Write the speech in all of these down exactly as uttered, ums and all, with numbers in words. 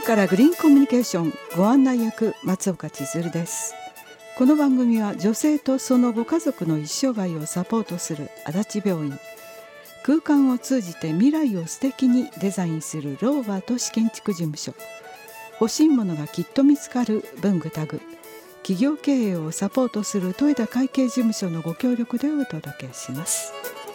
からグリーンコミュニケーションご案内役松岡千鶴です。この番組は女性とそのご家族の一生涯をサポートする足立病院、空間を通じて未来を素敵にデザインするローバー都市建築事務所、欲しいものがきっと見つかる文具タグ、企業経営をサポートする豊田会計事務所のご協力でお届けします。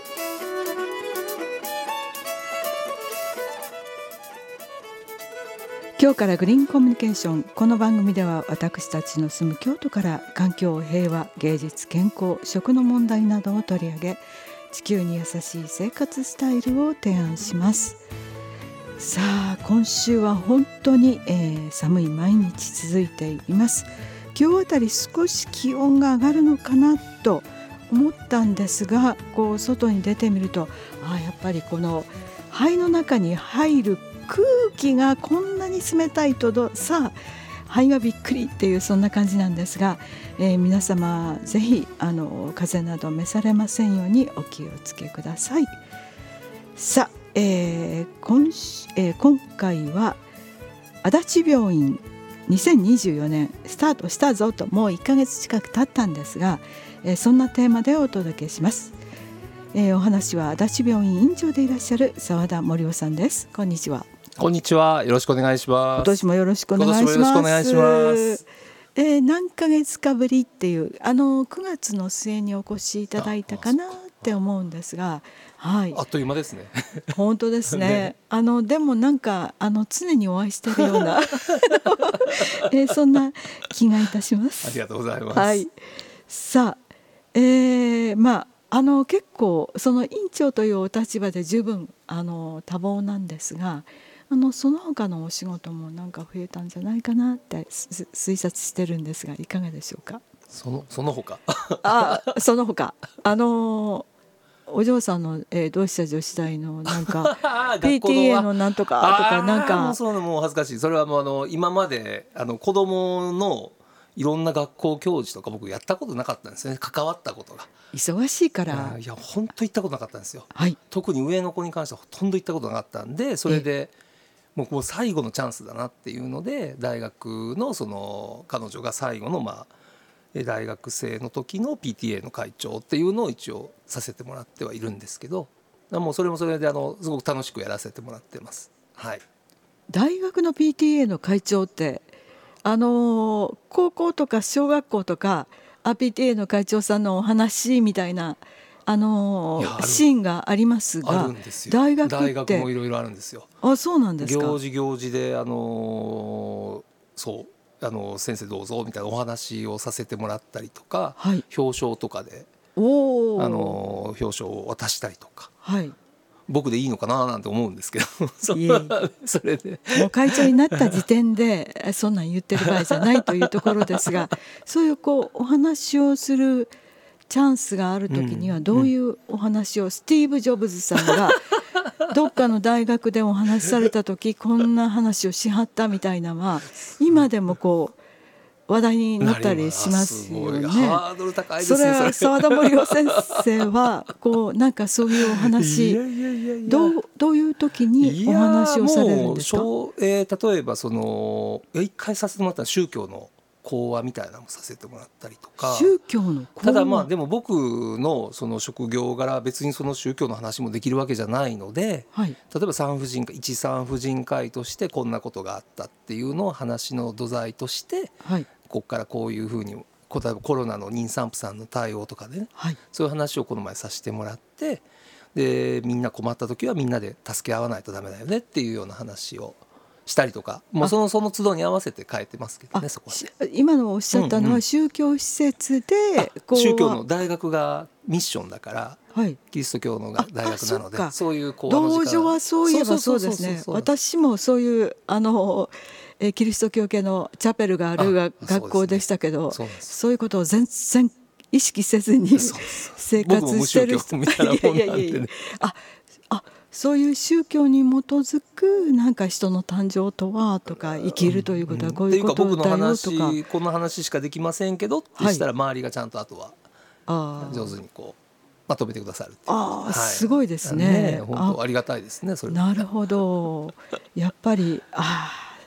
今日からグリーンコミュニケーション、この番組では私たちの住む京都から環境、平和、芸術、健康、食の問題などを取り上げ、地球に優しい生活スタイルを提案します。さあ今週は本当に、えー、寒い毎日続いています。今日あたり少し気温が上がるのかなと思ったんですが、こう外に出てみると、あやっぱりこの肺の中に入る空気がこんなに冷たいとどさあ肺がびっくりっていう、そんな感じなんですが、えー、皆様ぜひあの風邪など召されませんようにお気をつけください。さあ、えー 今, えー、今回は足立病院にせんにじゅうよねんスタートしたぞと、もういっかげつ近く経ったんですが、えー、そんなテーマでお届けします。えー、お話は足立病院院長でいらっしゃる澤田森夫さんです。こんにちは。 こんにちは、よろしくお願いします。 今年もよろしくお願いします。 今年もよろしくお願いします。 えー、何ヶ月かぶりっていう、あのくがつの末にお越しいただいたかなって思うんですが、はい、 あっという間ですね。 本当ですね。 ね、 あのでもなんかあの常にお会いしているような、えー、そんな気がいたします。 ありがとうございます。 はい、さあ、えー、まああの結構その院長というお立場で十分あの多忙なんですが、あのその他のお仕事もなんか増えたんじゃないかなって推察してるんですが、いかがでしょうか。 そのその他あその他あのお嬢さんの、えー、同志社女子大のなんかピーティーエー のなんとかとかなんか、 もうそうもう恥ずかしい。それはもうあの今まであの子供のいろんな学校教授とか僕やったことなかったんですね。関わったことが忙しいから。 いや本当行ったことなかったんですよ、 はい、 特に上の子に関してはほとんど行ったことなかったんで、それでもう最後のチャンスだなっていうので、大学のその彼女が最後のまあ大学生の時の ピーティーエー の会長っていうのを一応させてもらってはいるんですけど、もうそれもそれであのすごく楽しくやらせてもらってます。はい、大学の ピーティーエー の会長ってあの高校とか小学校とか ピーティーエー の会長さんのお話みたいなあのシーンがありますが、 あるんですよ。 大学って大学もいろいろあるんですよ。 あ、そうなんですか。 行事行事であのそうあの先生どうぞみたいなお話をさせてもらったりとか、はい、表彰とかでおあの表彰を渡したりとか、はい、僕でいいのかななんて思うんですけどそ, それでもう会長になった時点でそんなん言ってる場合じゃないというところですが、そういうこうお話をするチャンスがある時にはどういうお話を、うんうん、スティーブ・ジョブズさんがどっかの大学でお話しされた時こんな話をしはったみたいなのは今でもこう話題になったりしますよね。 ハードル高いですね。 それは澤田森夫先生はこうなんかそういうお話どう、どういう時にお話をされるんですか。 えー、例えばその一回させてもらった宗教の講話みたいなのもさせてもらったりとか。 宗教の講話。 ただまあでも僕のその職業柄別にその宗教の話もできるわけじゃないので、はい、例えば産婦人科一産婦人科医としてこんなことがあったっていうのを話の土台として、はい、ここからこういうふうに例えばコロナの妊産婦さんの対応とかでね、はい、そういう話をこの前させてもらって、でみんな困った時はみんなで助け合わないとダメだよねっていうような話をしたりとか、もうそのその都度に合わせて変えてますけどね。そこは今のおっしゃったのは宗教施設で、 こう宗教の大学がミッションだから、はい、キリスト教の大学なので、そ, そういう講話の時間、道場はそういえばそうですね。私もそういうあのえキリスト教系のチャペルがあるが学校でしたけど、 そうですね、そういうことを全然意識せずに生活してる人、 僕も無宗教みたいなもんなんでね。いやいやいや、 ああそういう宗教に基づくなんか人の誕生とはとか生きるということはこういうことだよとか、うん、っていうか僕の話この話しかできませんけどってしたら周りがちゃんとあとは上手にこうまとめてくださるっていう。 あ、はい、すごいですね。 ね、本当ありがたいですね。それなるほど。やっぱりあ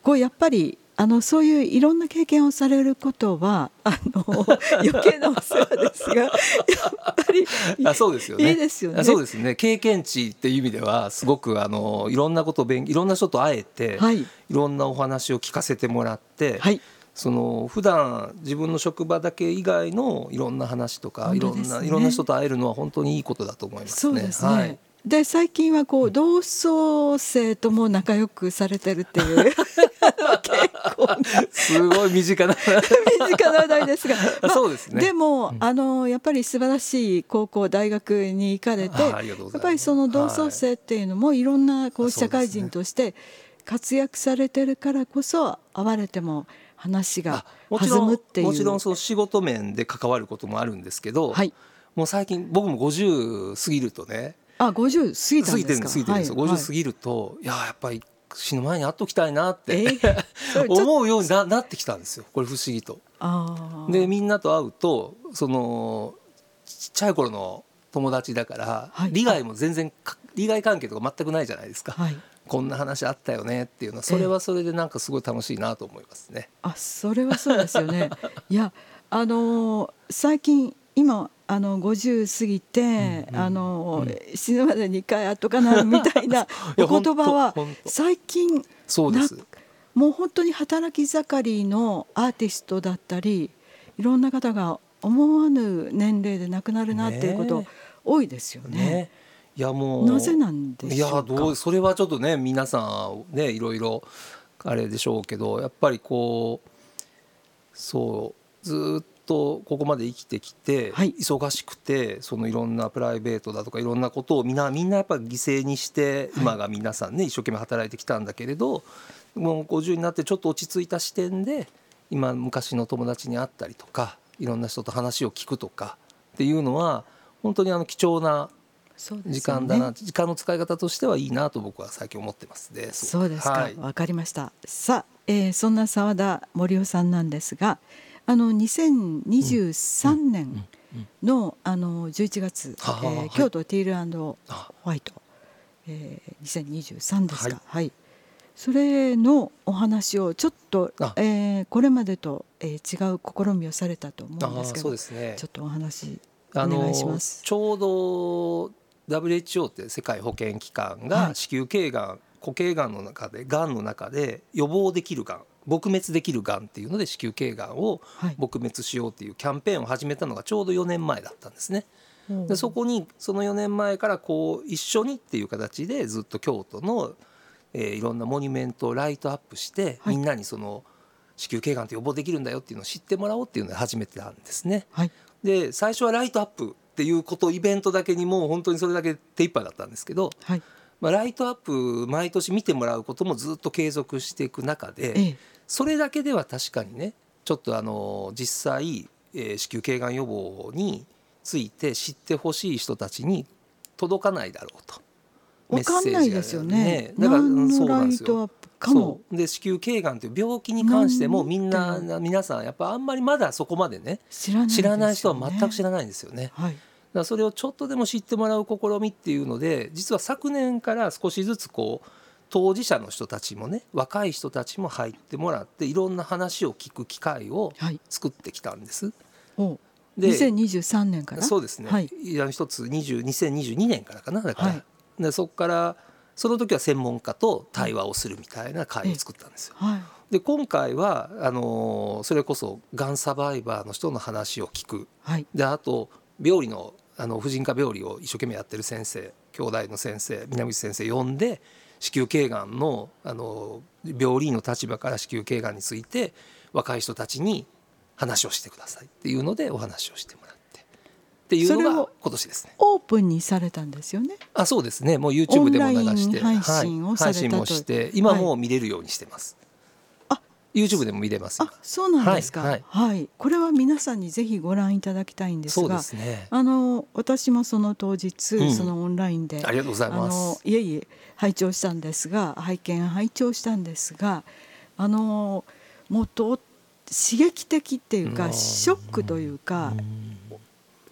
こうやっぱりあのそういういろんな経験をされることはあの余計なお世話ですがやっぱりあそうですよね。 いいですよね。 そうですね。経験値っていう意味ではすごくあのいろんなことを勉いろんな人と会えて、はい、いろんなお話を聞かせてもらって、はい、その普段自分の職場だけ以外のいろんな話とか、ね、いろんないろんな人と会えるのは本当にいいことだと思いますね。 そうですね。はい、で最近はこう同窓生とも仲良くされてるっていう結構なすごい身近な身近な話題ですが、まあ、 そうですね。 でも、うん、あのやっぱり素晴らしい高校大学に行かれて、やっぱりその同窓生っていうのもいろんなこう社会人として活躍されてるからこそ会われても話が弾むっていう。 もちろんその仕事面で関わることもあるんですけど、はい、もう最近僕もごじゅう過ぎるとね、 あごじゅう過ぎたんですか。過ぎてるんです、 過ぎてるんです、はい、ごじゅう過ぎると、いややっぱり死ぬ前に会っときたいなって、えー、思うように な, なってきたんですよ。これ不思議と。あでみんなと会うとそのちっちゃい頃の友達だから、はい、利害も全然利害関係とか全くないじゃないですか、はい、こんな話あったよねっていうのはそれはそれでなんかすごい楽しいなと思いますね。 えー、あそれはそうですよねいやあのー、最近今あのごじゅう過ぎて、うんうん、あの、うん、死ぬまでにいっかい会っとかなみたいなお言葉は最近そうです。 もう本当に働き盛りのアーティストだったりいろんな方が思わぬ年齢で亡くなるなっていうこと多いですよね。ねいやもうなぜなんでしょうか。 いやどうそれはちょっとね皆さんねいろいろあれでしょうけど、やっぱりこうそうずっとここまで生きてきて、はい、忙しくてそのいろんなプライベートだとかいろんなことをみんなみんなやっぱり犠牲にして今が皆さんね、はい、一生懸命働いてきたんだけれど、もうごじゅうになってちょっと落ち着いた視点で今昔の友達に会ったりとかいろんな人と話を聞くとかっていうのは本当にあの貴重な時間だな、ね、時間の使い方としてはいいなと僕は最近思ってますね。 そうですか、はい、分かりました。さあ、えー、そんな澤田森夫さんなんですが、あのにせんにじゅうさんねんのあのじゅういちがつ、えー、京都ティール&ホワイト、えー、にせんにじゅうさんですか、はいはい、それのお話をちょっと、えー、これまでと、えー、違う試みをされたと思うんですけど、そうですね、ちょっとお話お願いします。 ちょうど ダブリューエイチオー って世界保健機関が子宮頸がん、はい、固形がんの中でがんの中で予防できるがん撲滅できるがんっていうので子宮頸がんを撲滅しようっていうキャンペーンを始めたのがちょうどよねんまえだったんですね。でそこにそのよねんまえからこう一緒にっていう形でずっと京都の、えー、いろんなモニュメントをライトアップして、はい、みんなにその子宮頸がんって予防できるんだよっていうのを知ってもらおうっていうので始めてたんですね、はい、で最初はライトアップっていうことイベントだけにもう本当にそれだけ手一杯だったんですけど、はい、まあ、ライトアップ毎年見てもらうこともずっと継続していく中で、ええ、それだけでは確かにねちょっとあの実際、えー、子宮頸がん予防について知ってほしい人たちに届かないだろうと。 分かんないですよね。 だからそうなんですよ。そうで子宮頸がんという病気に関してもみんな皆さんやっぱあんまりまだそこまでね知らないですよね。知らない人は全く知らないんですよね。はい、だからそれをちょっとでも知ってもらう試みっていうので実は昨年から少しずつこう当事者の人たちもね若い人たちも入ってもらっていろんな話を聞く機会を作ってきたんです。 はい、でにせんにじゅうさんねんからそうですね、はい、一つにせんにじゅうにねんからかなだから、はい、でそこからその時は専門家と対話をするみたいな会を作ったんですよ。はい、で今回はあのそれこそがんサバイバーの人の話を聞く、はい、であと病理のあの婦人科病理を一生懸命やってる先生兄弟の先生南口先生呼んで子宮頸がん の, あの病理の立場から子宮頸がんについて若い人たちに話をしてくださいっていうのでお話をしてもらってっていうのが今年ですね。 オープンにされたんですよね。 あそうですね。もう YouTube でも流して配信をされたと、はい、配信もして今もう見れるようにしてます、はい、YouTube でも見れます。 あそうなんですか、はいはいはい、これは皆さんにぜひご覧いただきたいんですが、そうですね、あの私もその当日、うん、そのオンラインでありがとうございます。 あのいえいえ拝聴したんですが拝見拝聴したんですがあのもうと刺激的っていうかショックというか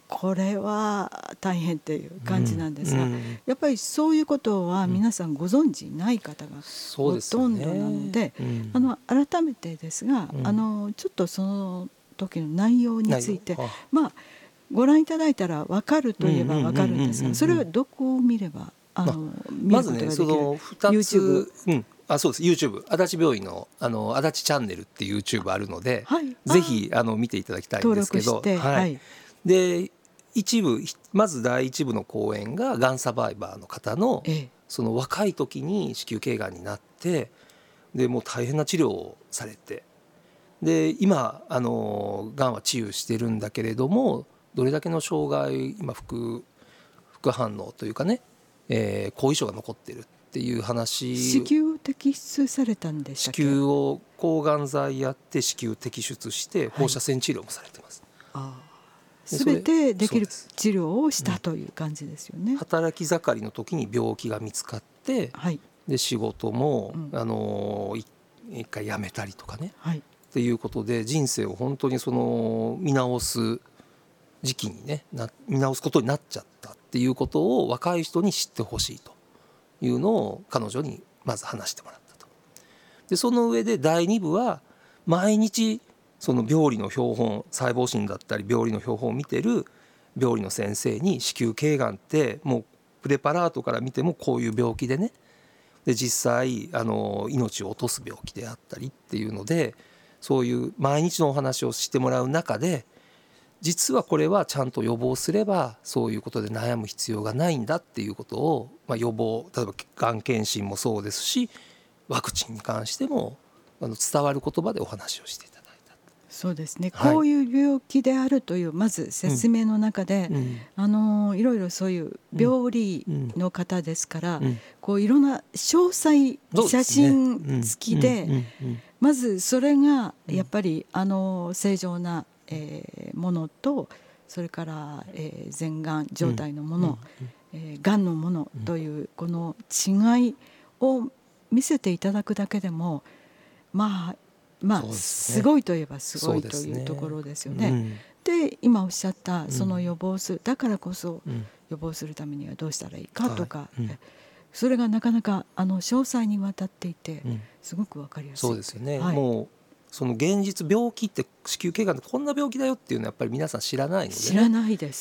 これは大変っていう感じなんですが、 うんうん、 やっぱりそういうことは皆さんご存知ない方がほとんどなので、うん、あの改めてですが、うん、あのちょっとその時の内容について、まあご覧いただいたら分かるといえば分かるんですが、それはどこを見ればあの、ま、見ることができる？まずね、そのふたつ、YouTube、 うん、あそうです YouTube 足立病院の、あの足立チャンネルっていう YouTube あるので、はい、ぜひあの見ていただきたいんですけど、 登録して、はい、 で一部まず第一部の講演ががんサバイバーの方の、ええ、その若い時に子宮頸がんになってでもう大変な治療をされてで今あのがんは治癒してるんだけれどもどれだけの障害今 副, 副反応というかね、えー、後遺症が残ってるっていう話。 子宮摘出されたんでしたっけ？ 子宮を抗がん剤やって子宮摘出して放射線治療もされてます、はい、あすべてできる治療をしたという感じですよね、うん、 働き盛りの時に病気が見つかって、はい、で仕事も、うん、あの一回辞めたりとかね、はい、っていうことで人生を本当にその見直す時期にねな見直すことになっちゃったっていうことを若い人に知ってほしいというのを彼女にまず話してもらったと。でその上でだいに部は毎日その病理の標本細胞診だったり病理の標本を見てる病理の先生に子宮頸がんってもうプレパラートから見てもこういう病気でねで実際あの命を落とす病気であったりっていうのでそういう毎日のお話をしてもらう中で実はこれはちゃんと予防すればそういうことで悩む必要がないんだっていうことを、まあ、予防例えばがん検診もそうですしワクチンに関してもあの伝わる言葉でお話をしていただいた。 そうですね、はい、こういう病気であるというまず説明の中で、うん、あのいろいろそういう病理の方ですから、うんうん、こういろんな詳細写真付きでまずそれがやっぱりあの正常なえー、ものとそれから、えー、全がん状態のもの、うんえー、がんのものというこの違いを見せていただくだけでもまあまあ す,、ね、すごいといえばすごいというところですよね。で、うん、今おっしゃったその予防する、うん、だからこそ予防するためにはどうしたらいいかとか、はいうん、それがなかなかあの詳細にわたっていてすごくわかりやすい、 そうですよね、はい、もうその現実病気って子宮頸がんってこんな病気だよっていうのはやっぱり皆さん知らないので、ね、 知らないです。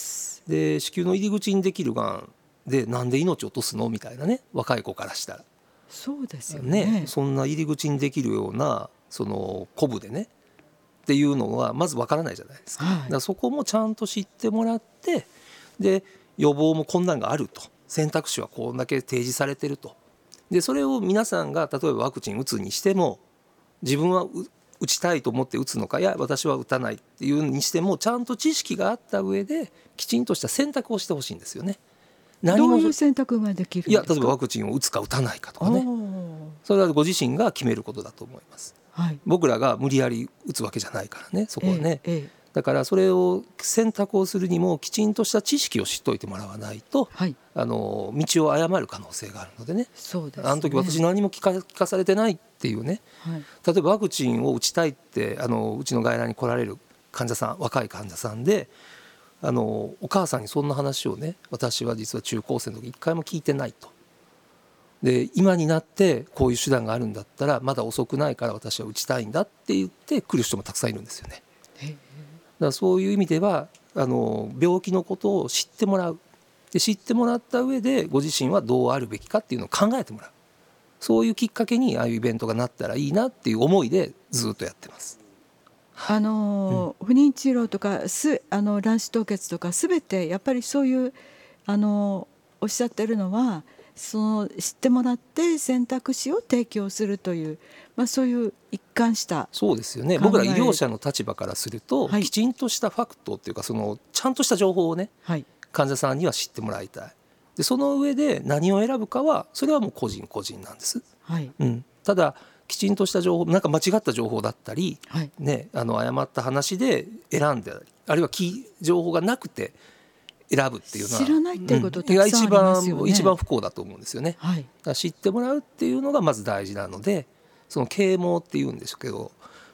で子宮の入り口にできるがんでなんで命を落とすのみたいなね若い子からしたらそうですよ ね, ねそんな入り口にできるようなそのコブでねっていうのはまずわからないじゃないですか、はい、だからそこもちゃんと知ってもらってで予防もこんなんがあると選択肢はこんだけ提示されてるとでそれを皆さんが例えばワクチン打つにしても自分は打ちたいと思って打つのかいや私は打たないっていうにしてもちゃんと知識があった上できちんとした選択をしてほしいんですよね。 何もどういう選択ができるんですか？ いや例えばワクチンを打つか打たないかとかねそれはご自身が決めることだと思います、はい、僕らが無理やり打つわけじゃないからねそこはね、ええええ、だからそれを選択をするにもきちんとした知識を知っておいてもらわないと、はい、あの道を誤る可能性があるのでね。 そうですね。 あの時私何も聞か、聞かされてないっていうね、はい、例えばワクチンを打ちたいってあのうちの外来に来られる患者さん若い患者さんであのお母さんにそんな話をね私は実は中高生の時一回も聞いてないとで今になってこういう手段があるんだったらまだ遅くないから私は打ちたいんだって言って来る人もたくさんいるんですよね。だからそういう意味ではあの病気のことを知ってもらうで知ってもらった上でご自身はどうあるべきかっていうのを考えてもらうそういうきっかけにああいうイベントがなったらいいなっていう思いでずっとやってます。 あの、うん、不妊治療とかすあの卵子凍結とかすべてやっぱりそういうあのおっしゃってるのはその知ってもらって選択肢を提供するという、まあ、そういう一貫したそうですよね。僕ら医療者の立場からすると、はい、きちんとしたファクトっていうかそのちゃんとした情報をね、はい、患者さんには知ってもらいたいでその上で何を選ぶかはそれはもう個人個人なんです、はいうん、ただきちんとした情報なんか間違った情報だったり、はいね、あの誤った話で選んであるいは情報がなくて選ぶっていうのは知らないっていうことたくさんありますよね、 うん、一番、一番不幸だと思うんですよね、はい、だから知ってもらうっていうのがまず大事なのでその啓蒙っていうんですけど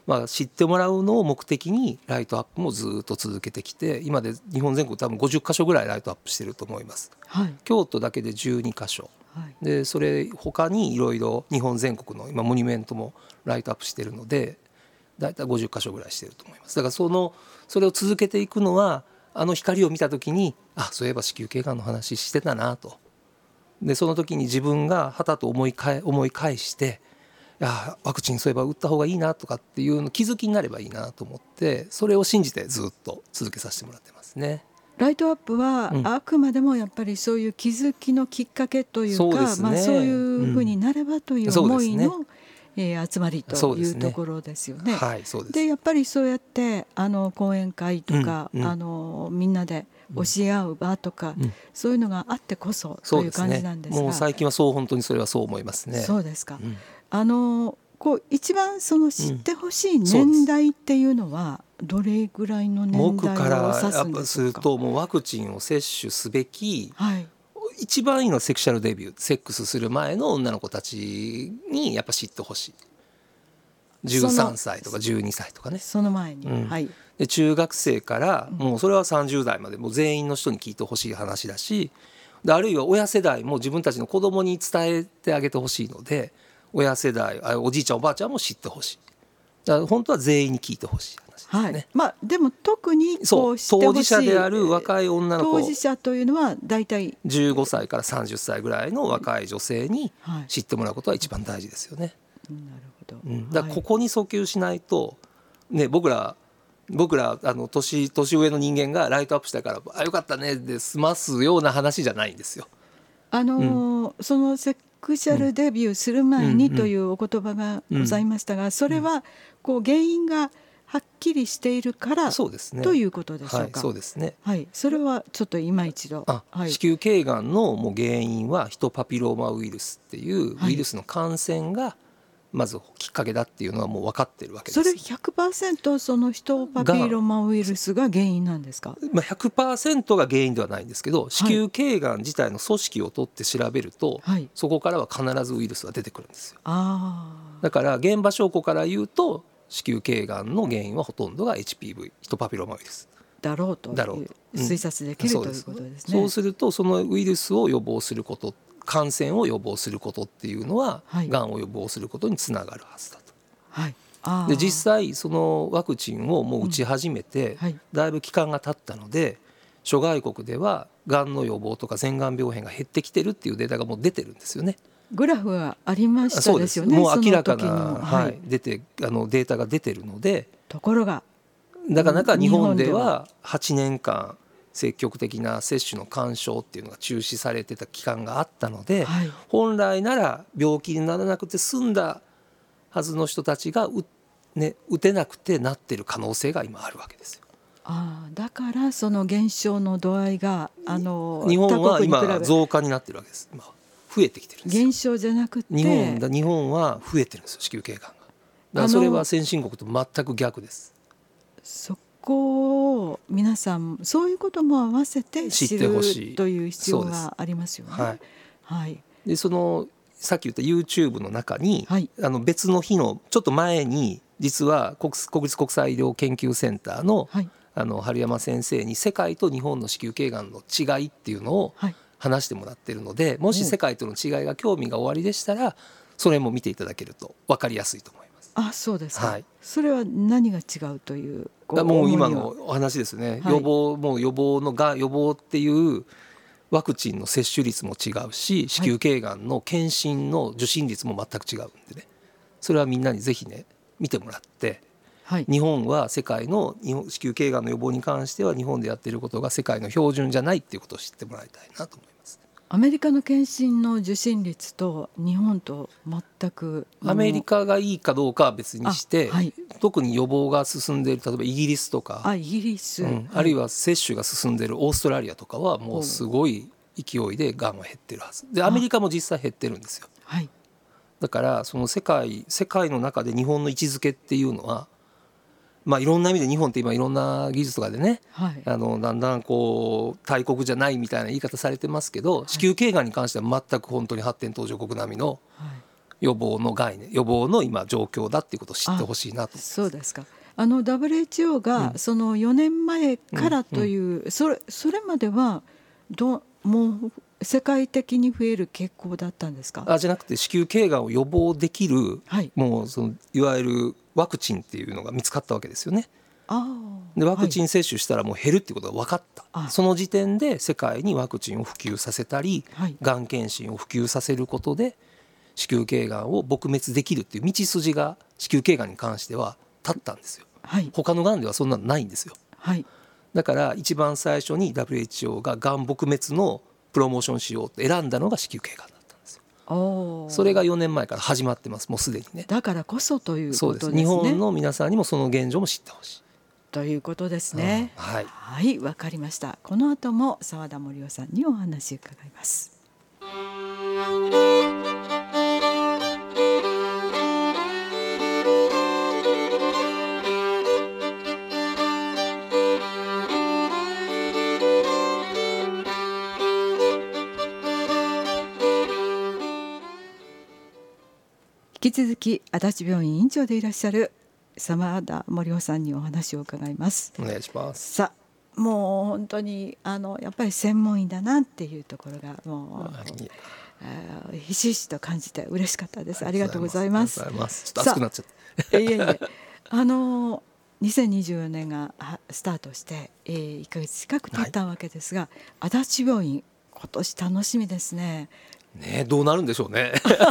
まあ、知ってもらうのを目的にライトアップもずっと続けてきて、今で日本全国多分ごじゅっかしょぐらいライトアップしてると思います、はい、京都だけでじゅうにかしょ、はい、でそれ他にいろいろ日本全国の今モニュメントもライトアップしてるのでだいたいごじゅっかしょぐらいしてると思います。だからそのそれを続けていくのは、あの光を見た時に、あ、そういえば子宮頸がんの話してたなと、でその時に自分がはたと思い返、思い返して、いやワクチンそういえば打った方がいいなとかっていうの気づきになればいいなと思って、それを信じてずっと続けさせてもらってますね。 ライトアップはあくまでもやっぱりそういう気づきのきっかけというか、そうですね、まあ、そういうふうになればという思いの、うんえー、集まりというところですよね。 はい、そうです。 でやっぱりそうやってあの講演会とか、うんうん、あのみんなで教え合う場とか、うん、そういうのがあってこそという感じなんですが、 もう最近はそう本当にそれはそう思いますね。 そうですか、うん、あのこう一番その知ってほしい年代っていうのはどれぐらいの年代を指すんでしょうか。僕からやっぱするともうワクチンを接種すべき、はい、一番いいのはセクシャルデビュー、セックスする前の女の子たちにやっぱ知ってほしい。じゅうさんさいとかじゅうにさいとかね、 その前に、うんはい、 で中学生からもうそれはさんじゅうだいまでもう全員の人に聞いてほしい話だし、であるいは親世代も自分たちの子供に伝えてあげてほしいので、親世代、おじいちゃんおばあちゃんも知ってほしい。だから本当は全員に聞いてほしい話ですね、 はいまあ、でも特にこう知ってほしい当事者である若い女の子、 当事者というのは大体じゅうごさいからさんじゅっさいぐらいの若い女性に知ってもらうことは一番大事ですよね、 はい、なるほど、 うん、だからここに訴求しないと、ね、僕ら僕らあの 年, 年上の人間がライトアップしたからあよかったねで済ますような話じゃないんですよ。 あのーうん、そのセクシャルデビューする前にというお言葉がございましたが、それはこう原因がはっきりしているからということでしょうか。 はい、そうですね、 はい、それはちょっと今一度、 あ、はい、子宮頸がんのもう原因はヒトパピローマウイルスっていうウイルスの感染がまずきっかけだっていうのはもう分かってるわけです。 それ ひゃくパーセント そのヒトパピローマウイルスが原因なんですか。 まあ、ひゃくパーセント が原因ではないんですけど、子宮頸がん自体の組織を取って調べると、はい、そこからは必ずウイルスが出てくるんですよ。あだから現場証拠から言うと子宮頸がんの原因はほとんどが エイチピーブイ ヒトパピローマウイルスだろうと推察できる、うん、ということですね。 そうするとそのウイルスを予防すること、感染を予防することっていうのは、はい、がんを予防することにつながるはずだと、はい、あで実際そのワクチンをもう打ち始めて、うんはい、だいぶ期間が経ったので諸外国ではがんの予防とか前がん病変が減ってきてるっていうデータがもう出てるんですよね。 グラフはありましたですよね。 もう明らかな、はいはい、出てあのデータが出てるので、 ところがなかなか日本でははちねんかん積極的な接種の勧奨っていうのが中止されてた期間があったので、はい、本来なら病気にならなくて済んだはずの人たちが 打,、ね、打てなくてなってる可能性が今あるわけですよ。 あだからその減少の度合いがあの日本は今増加になってるわけです。今増えてきてるんですよ。 減少じゃなくて日本だ日本は増えてるんですよ、子宮頸がんが。だからそれは先進国と全く逆です。 そこを皆さんそういうことも合わせて知るという必要がありますよね。はいはい、 でそのさっき言った YouTube の中に、はい、あの別の日のちょっと前に実は 国, 国立国際医療研究センター の,、はい、あの春山先生に世界と日本の子宮頸がんの違いっていうのを話してもらってるので、はい、もし世界との違いが興味がおありでしたらそれも見ていただけると分かりやすいと思います。 あ、そうですか、はい、それは何が違うというもう今のお話ですね、はい、予防もう予防のが予防っていうワクチンの接種率も違うし子宮頸がんの検診の受診率も全く違うんでね、それはみんなにぜひね見てもらって、はい、日本は世界の日本子宮頸がんの予防に関しては日本でやっていることが世界の標準じゃないっていうことを知ってもらいたいなと思います。 アメリカの検診の受診率と日本と全くアメリカがいいかどうかは別にして、はい、特に予防が進んでいる例えばイギリスとかあ, イギリス、 うんはい、あるいは接種が進んでいるオーストラリアとかはもうすごい勢いでがんは減ってるはずで、アメリカも実際減ってるんですよ、はい、だからその世界世界の中で日本の位置づけっていうのはまあ、いろんな意味で日本って今いろんな技術とかでね、はい、あのだんだんこう大国じゃないみたいな言い方されてますけど、はい、子宮頸がんに関しては全く本当に発展途上国並みの、はい、 予防の概念、予防の今状況だっていうことを知ってほしいなと。 そうですか。あの ダブリューエイチオー がそのよねんまえからという、うんうん、それ、それまではどもう世界的に増える傾向だったんですか？ あじゃなくて子宮頸がんを予防できる、はい、もうそのいわゆるワクチンっていうのが見つかったわけですよね。あでワクチン接種したらもう減るっていうことが分かった、はい、その時点で世界にワクチンを普及させたり、はい、がん検診を普及させることで子宮頸がんを撲滅できるっていう道筋が子宮頸がんに関しては立ったんですよ、はい、他のがんではそんなのないんですよ、はい、だから一番最初に ダブリューエイチオー ががん撲滅のプロモーションしようって選んだのが子宮頸がんだったんですよ。おそれがよねんまえから始まってます。もうすでにね。 だからこそということですね。 そうです。日本の皆さんにもその現状も知ってほしいということですね、 うん、はい、 はい、わかりました。この後も澤田森夫さんにお話伺います。引き続き足立病院院長でいらっしゃる澤田森夫さんにお話を伺います。 お願いします。 さあもう本当にあのやっぱり専門医だなっていうところがもうひしひしと感じて嬉しかったです。ありがとうございます。 ありがとうございます。ちょっと熱くなっちゃっていえいえあのにせんにじゅうよねんがスタートして、えー、いっかげつ近く経ったわけですが、はい、足立病院今年楽しみですね。 ね、どうなるんでしょうね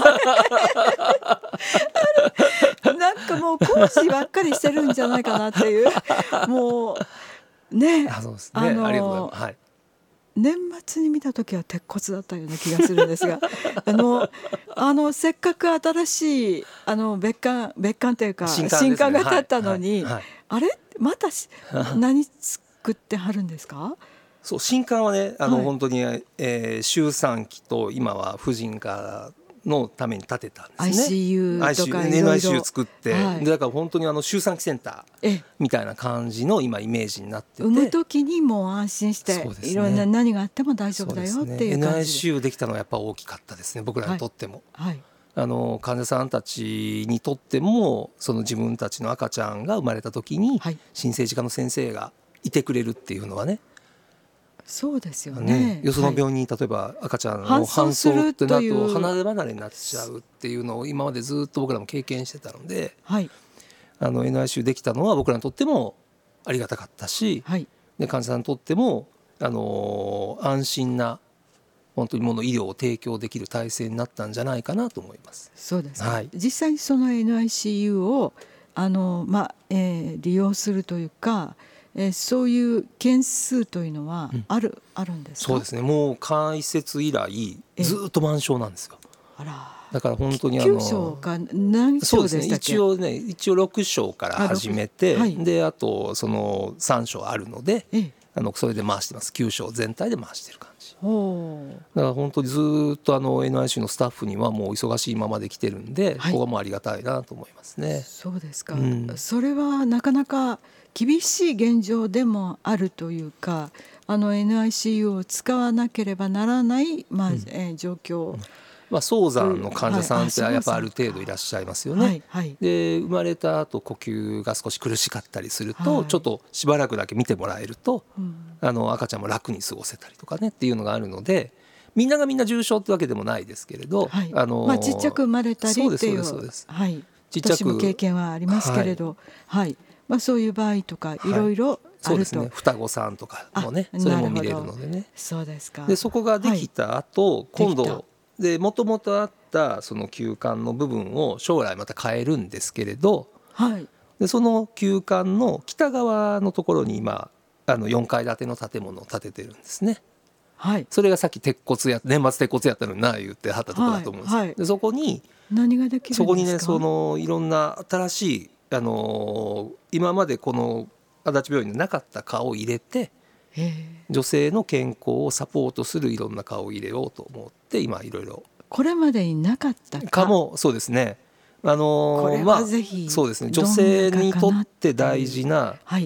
なんかもう講師ばっかりしてるんじゃないかなっていうもうね、 あ、そうですね、ありがとうございます、はい、 年末に見た時は鉄骨だったような気がするんですがあのあのせっかく新しいあの別館別館というか新館、ね、が立ったのに、はいはいはい、あれまた何作ってはるんですか？ そう新館はねあの、はい、本当に、えー、周産期と今は婦人科のために建てたんですね。 アイシーユー とかいろいろエヌアイシーユー 作って、 はい、 でだから本当にあの周産期センターみたいな感じの今イメージになってて、 産む時にもう安心して、ね、いろんな何があっても大丈夫だよっていう感じで、 エヌアイシーユー できたのはやっぱ大きかったですね、僕らにとっても、はいはい、あの患者さんたちにとってもその自分たちの赤ちゃんが生まれた時に新生児科の先生がいてくれるっていうのはね、 そうですよね。 よその病院に例えば赤ちゃんを搬送ってなると離れ離れになっちゃうっていうのを今までずっと僕らも経験してたので、はい、あの エヌアイシーユー できたのは僕らにとってもありがたかったし、はい、で患者さんにとっても、あのー、安心な本当にもの医療を提供できる体制になったんじゃないかなと思います。 そうです、はい、実際にその エヌアイシーユー をあの、まあえー、利用するというかえー、そういう件数というのはある、うん、あるんですか？ そうですね、もう開設以来ずっと満床なんですよ。あら、だから本当にあのきゅう床か何床でしたっけ？そうですね、 一応ね一応ろく床から始めて、あ、はい、であとそのさん床あるので、ええ、あのそれで回してます。きゅう床全体で回してる感じ。ほう、だから本当にずっとあの エヌアイシーユー のスタッフにはもう忙しいままで来てるんで、はい、ここはもうありがたいなと思いますね。 そうですか、うん、それはなかなか厳しい現状でもあるというか、あの エヌアイシーユー を使わなければならない、まあうんえー、状況、 まあ、早産の患者さんってやっぱある程度いらっしゃいますよね、はいはい、で生まれた後呼吸が少し苦しかったりすると、はい、ちょっとしばらくだけ見てもらえると、うん、あの赤ちゃんも楽に過ごせたりとかねっていうのがあるので、みんながみんな重症ってわけでもないですけれど、はい、あのーまあ、 ちっちゃく生まれたりっていう、そうですそうですそうです、はい、ちっちゃく私も経験はありますけれど、はいはい、まあ、そういう場合とかいろいろあると、はい、そうですね、 双子さんとかもねそれも見れるのでね。 そうですか。 でそこができた後、はい、今度でもともとあったその休館の部分を将来また変えるんですけれど、はい、でその休館の北側のところに今あのよんかい建ての建物を建ててるんですね。はい、それがさっき鉄骨や年末鉄骨やったのにな言ってはったところだと思うんです、はいはい、でそこに何ができるんですか？ そこにねそのいろんな新しいあのー、今までこの足立病院になかった科を入れて、女性の健康をサポートするいろんな科を入れようと思って今いろいろこれまでになかった科もそうですね、あのー、 これはぜひ、 まあ、そうですね、女性にとって大事な、 はい、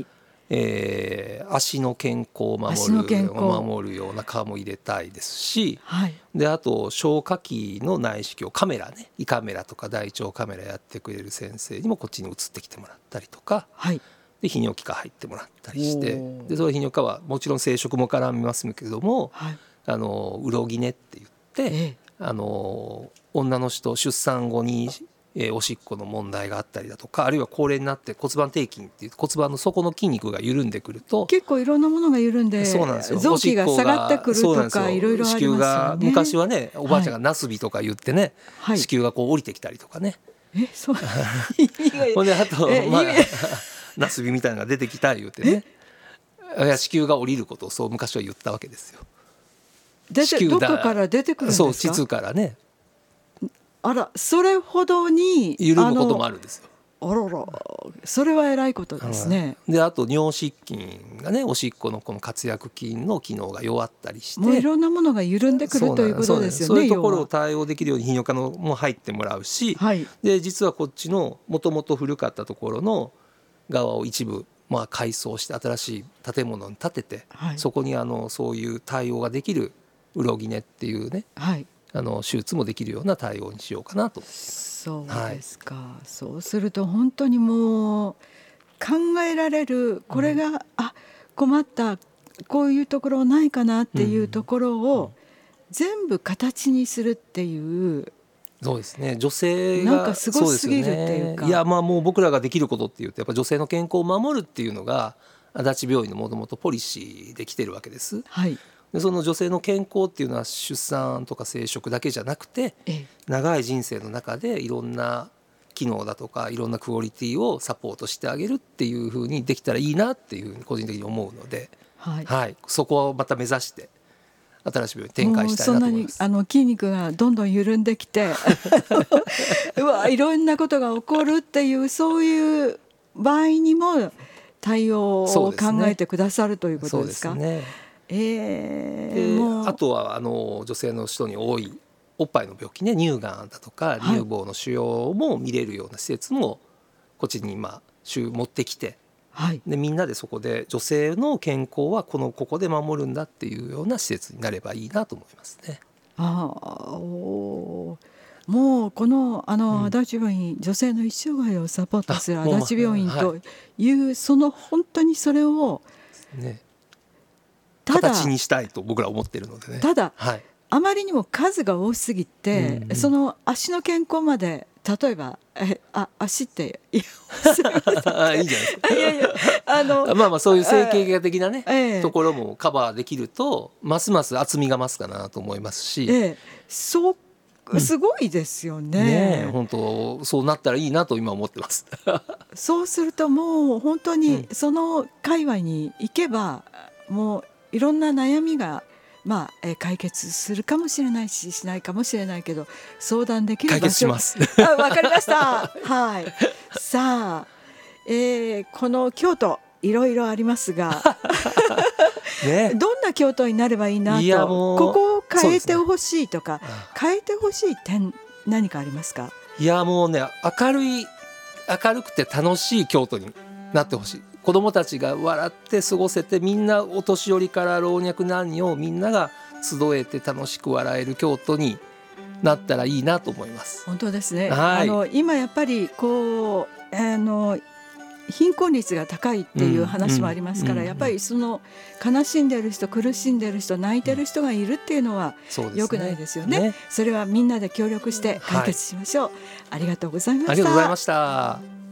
えー、足の健康を守る、守るような蚊も入れたいですし、はい、であと消化器の内視鏡カメラね、胃カメラとか大腸カメラやってくれる先生にもこっちに移ってきてもらったりとか、はい、で泌尿器科入ってもらったりして、でその泌尿器科はもちろん生殖も絡みますけども、はい、あのうろぎねって言って、ええ、あの女の人出産後にえー、おしっこの問題があったりだとか、あるいは高齢になって骨盤底筋っていう骨盤の底の筋肉が緩んでくると結構いろんなものが緩んで臓器が下がってくるとかいろいろありますよね。子宮が昔はねおばあちゃんがナスビとか言ってね、はい、子宮がこう降りてきたりとかね、 えそうほんであと、まあ、ナスビみたいなのが出てきた言うてね、いや子宮が降りることをそう昔は言ったわけですよ。 出てどこから出てくるんですか。 そう膣からね。 あらそれほどに緩むこともあるんですよ。 あららそれは偉いことですね。 であと尿失禁がねおしっこのこの括約筋の機能が弱ったりしてもういろんなものが緩んでくるということですよね。 そういうところを対応できるように泌尿科のも入ってもらうし、はい、で実はこっちのもともと古かったところの側を一部まあ改装して新しい建物に建てて、はい、そこにあのそういう対応ができるうろぎねっていうね、はいあの手術もできるような対応にしようかなと。 そうですか、はい、そうすると本当にもう考えられるこれが、うん、あ困ったこういうところないかなっていうところを全部形にするっていう、うん、 そうですね女性がなんかすごすぎるっていうか、 ね、いやまあもう僕らができることっていうとやっぱ女性の健康を守るっていうのが足立病院のもともとポリシーで来てるわけです。はいでその女性の健康っていうのは出産とか生殖だけじゃなくて、ええ、長い人生の中でいろんな機能だとかいろんなクオリティをサポートしてあげるっていう風にできたらいいなっていうふうに個人的に思うので、はいはい、そこをまた目指して新しい病院に展開したいなと思います。 そんなにあの筋肉がどんどん緩んできてうわいろんなことが起こるっていうそういう場合にも対応を考えてくださるということですか。 そうですねえー、もうあとはあの女性の人に多いおっぱいの病気ね乳がんだとか乳房の腫瘍も見れるような施設もこっちに今持ってきて、はい、でみんなでそこで女性の健康はこのここで守るんだっていうような施設になればいいなと思いますね。 あおもうこのあの足立病院、うん、女性の一生涯をサポートする足立病院という、はい、その本当にそれをね形にしたいと僕ら思ってるのでね。 ただ、はい、あまりにも数が多すぎて、うんうん、その足の健康まで例えばえあ足っていいじゃないですか。いやいやあのまあまあそういう整形外的なね、ええ、ところもカバーできるとますます厚みが増すかなと思いますし、 ええ、そうすごいですよね。 うん、ね本当そうなったらいいなと今思ってますそうするともう本当にその界隈に行けばもういろんな悩みが、まあえー、解決するかもしれないししないかもしれないけど相談できる場所解決しますあわかりましたはいさあ、えー、この京都いろいろありますが、ね、どんな京都になればいいなとここを変えてほしいとか、ね、変えてほしい点何かありますか。 いやもうね明るい明るくて楽しい京都になってほしい。子どもたちが笑って過ごせてみんなお年寄りから老若男女みんなが集えて楽しく笑える京都になったらいいなと思います。 本当ですね、 はい、 あの今やっぱりこうあの貧困率が高いっていう話もありますから、うんうん、やっぱりその悲しんでる人苦しんでる人泣いてる人がいるっていうのは良くないですよね。ねそれはみんなで協力して解決しましょう、はい、ありがとうございました。 ありがとうございました。